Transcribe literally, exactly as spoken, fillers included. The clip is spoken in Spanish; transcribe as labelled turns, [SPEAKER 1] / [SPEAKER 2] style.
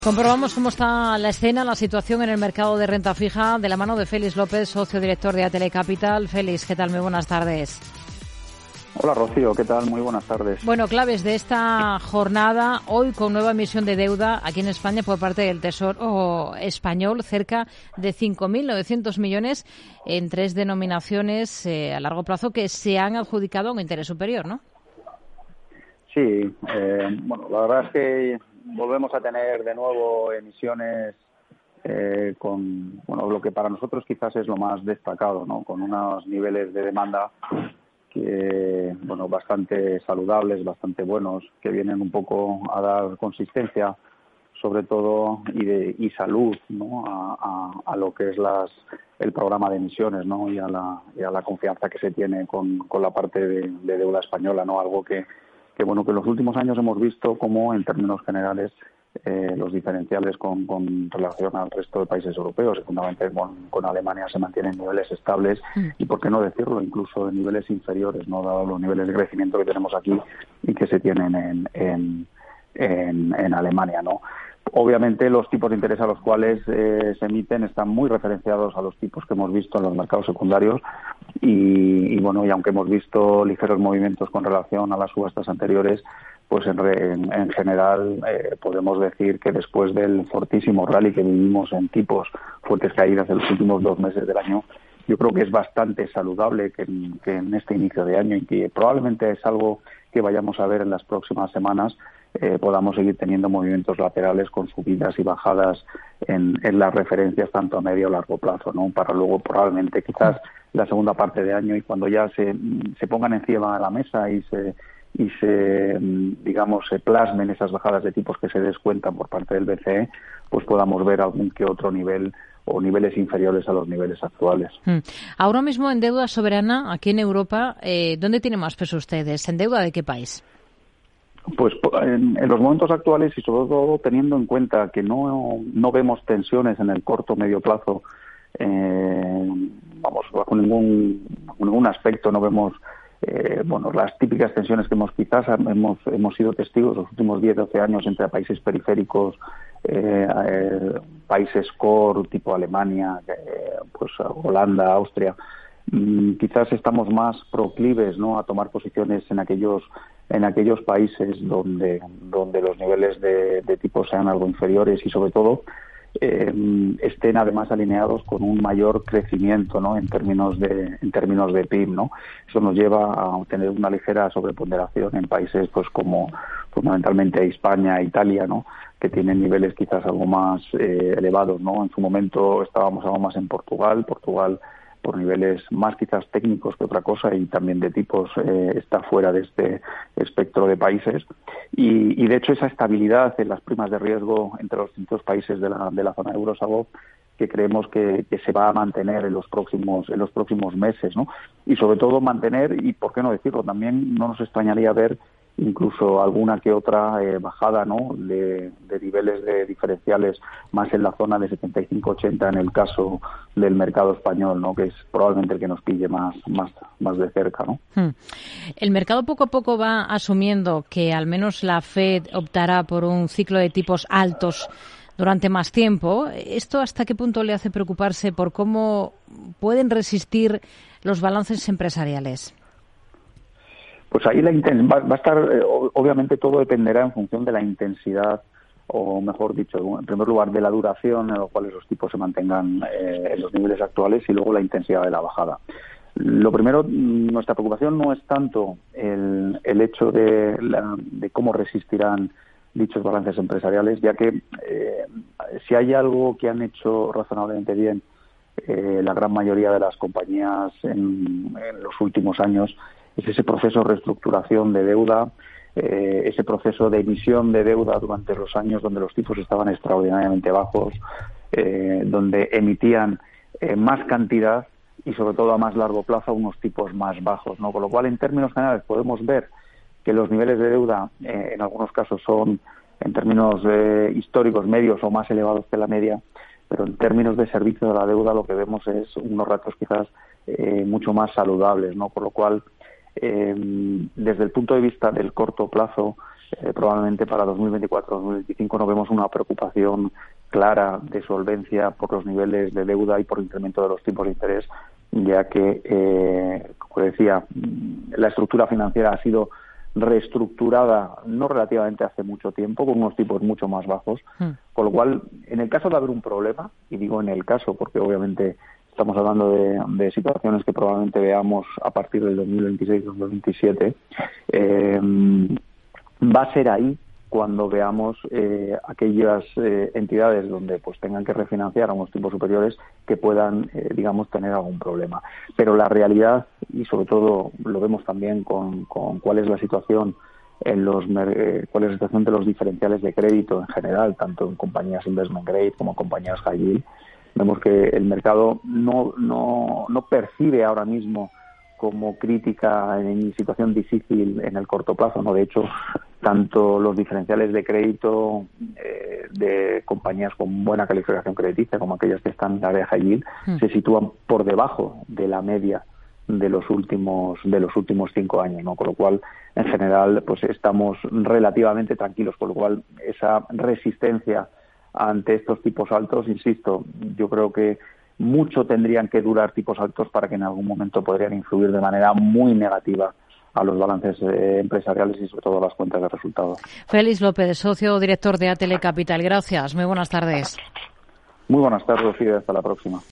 [SPEAKER 1] Comprobamos cómo está la escena, la situación en el mercado de renta fija, de la mano de Félix López, socio director de Atele Capital. Félix, ¿qué tal? Muy buenas tardes.
[SPEAKER 2] Hola Rocío, ¿qué tal? Muy buenas tardes.
[SPEAKER 1] Bueno, claves de esta jornada, hoy con nueva emisión de deuda aquí en España por parte del Tesoro español, cerca de cinco mil novecientos millones en tres denominaciones eh, a largo plazo que se han adjudicado un interés superior, ¿no?
[SPEAKER 2] Sí, eh, bueno, la verdad es que volvemos a tener de nuevo emisiones eh, con, bueno, lo que para nosotros quizás es lo más destacado, ¿no? Con unos niveles de demanda que, bueno, bastante saludables, bastante buenos, que vienen un poco a dar consistencia, sobre todo, y, de, y salud, ¿no? A, a, a lo que es las, el programa de emisiones, ¿no? Y a la, y a la confianza que se tiene con, con la parte de, de deuda española, ¿no? Algo que que bueno que en los últimos años hemos visto cómo en términos generales eh, los diferenciales con, con relación al resto de países europeos y fundamentalmente con, con Alemania se mantienen en niveles estables mm. y por qué no decirlo incluso en niveles inferiores, no dado los niveles de crecimiento que tenemos aquí y que se tienen en, en, en, en Alemania, ¿no? Obviamente los tipos de interés a los cuales eh, se emiten están muy referenciados a los tipos que hemos visto en los mercados secundarios y, y bueno, y aunque hemos visto ligeros movimientos con relación a las subastas anteriores, pues en, en, en general eh, podemos decir que después del fortísimo rally que vivimos en tipos, fuertes caídas en los últimos dos meses del año, yo creo que es bastante saludable que, que en este inicio de año y que probablemente es algo que vayamos a ver en las próximas semanas, Eh, podamos seguir teniendo movimientos laterales con subidas y bajadas en, en las referencias tanto a medio o largo plazo, ¿no? Para luego probablemente quizás la segunda parte de año y cuando ya se, se pongan encima de la mesa y se y se digamos se plasmen esas bajadas de tipos que se descuentan por parte del B C E, pues podamos ver algún que otro nivel o niveles inferiores a los niveles actuales.
[SPEAKER 1] Mm. Ahora mismo en deuda soberana aquí en Europa, eh, ¿dónde tiene más peso ustedes? ¿En deuda de qué país?
[SPEAKER 2] Pues en, en los momentos actuales y sobre todo teniendo en cuenta que no, no vemos tensiones en el corto o medio plazo, eh, vamos, bajo ningún, bajo ningún aspecto no vemos eh, bueno, las típicas tensiones que hemos quizás hemos, hemos sido testigos los últimos diez, doce años entre países periféricos, eh, eh, países core tipo Alemania, eh, pues Holanda, Austria. Mm, quizás estamos más proclives, ¿no?, a tomar posiciones en aquellos en aquellos países donde donde los niveles de, de tipo sean algo inferiores y sobre todo eh, estén además alineados con un mayor crecimiento, ¿no?, en términos de en términos de P I B, ¿no? Eso nos lleva a tener una ligera sobreponderación en países pues como fundamentalmente España, Italia, ¿no?, que tienen niveles quizás algo más eh, elevados, ¿no? En su momento estábamos algo más en Portugal, Portugal por niveles más quizás técnicos que otra cosa y también de tipos eh, está fuera de este espectro de países y, y de hecho esa estabilidad en las primas de riesgo entre los distintos países de la, de la zona euro es algo que creemos que, que se va a mantener en los próximos en los próximos meses, ¿no? Y sobre todo mantener y por qué no decirlo también no nos extrañaría ver incluso alguna que otra eh, bajada, ¿no?, de, de niveles de diferenciales más en la zona de setenta y cinco ochenta en el caso del mercado español, ¿no?, que es probablemente el que nos pille más más más de cerca, ¿no?
[SPEAKER 1] Hmm. El mercado poco a poco va asumiendo que al menos la Fed optará por un ciclo de tipos altos durante más tiempo. ¿Esto hasta qué punto le hace preocuparse por cómo pueden resistir los balances empresariales?
[SPEAKER 2] Pues ahí la inten- va, va a estar, eh, obviamente todo dependerá en función de la intensidad, o mejor dicho, en primer lugar de la duración en la cual esos tipos se mantengan eh, en los niveles actuales y luego la intensidad de la bajada. Lo primero, nuestra preocupación no es tanto el, el hecho de, la, de cómo resistirán dichos balances empresariales, ya que eh, si hay algo que han hecho razonablemente bien eh, la gran mayoría de las compañías en, en los últimos años, es ese proceso de reestructuración de deuda, eh, ese proceso de emisión de deuda durante los años donde los tipos estaban extraordinariamente bajos, eh, donde emitían eh, más cantidad y sobre todo a más largo plazo a unos tipos más bajos, ¿no? Con lo cual, en términos generales, podemos ver que los niveles de deuda eh, en algunos casos son, en términos eh, históricos, medios o más elevados que la media, pero en términos de servicio de la deuda lo que vemos es unos ratios quizás eh, mucho más saludables, ¿no? Por lo cual, Eh, desde el punto de vista del corto plazo, eh, probablemente para dos mil veinticuatro dos mil veinticinco no vemos una preocupación clara de solvencia por los niveles de deuda y por incremento de los tipos de interés, ya que, eh, como decía, la estructura financiera ha sido reestructurada no relativamente hace mucho tiempo, con unos tipos mucho más bajos, mm. con lo cual, en el caso de haber un problema, y digo en el caso porque obviamente estamos hablando de, de situaciones que probablemente veamos a partir del dos mil veintiséis dos mil veintisiete, eh, va a ser ahí cuando veamos eh, aquellas eh, entidades donde pues tengan que refinanciar a unos tipos superiores que puedan, eh, digamos, tener algún problema. Pero la realidad, y sobre todo lo vemos también con, con cuál es la situación en los eh, cuál es la situación de los diferenciales de crédito en general, tanto en compañías investment grade como en compañías high yield, vemos que el mercado no, no, no percibe ahora mismo como crítica en situación difícil en el corto plazo, ¿no? De hecho, tanto los diferenciales de crédito eh, de compañías con buena calificación crediticia como aquellas que están en la área high yield mm. se sitúan por debajo de la media de los últimos de los últimos cinco años, ¿no? Con lo cual, en general, pues estamos relativamente tranquilos, con lo cual esa resistencia ante estos tipos altos, insisto, yo creo que mucho tendrían que durar tipos altos para que en algún momento podrían influir de manera muy negativa a los balances eh, empresariales y sobre todo a las cuentas de resultados.
[SPEAKER 1] Félix López, socio director de Atele Capital. Gracias. Muy buenas tardes.
[SPEAKER 2] Muy buenas tardes y hasta la próxima.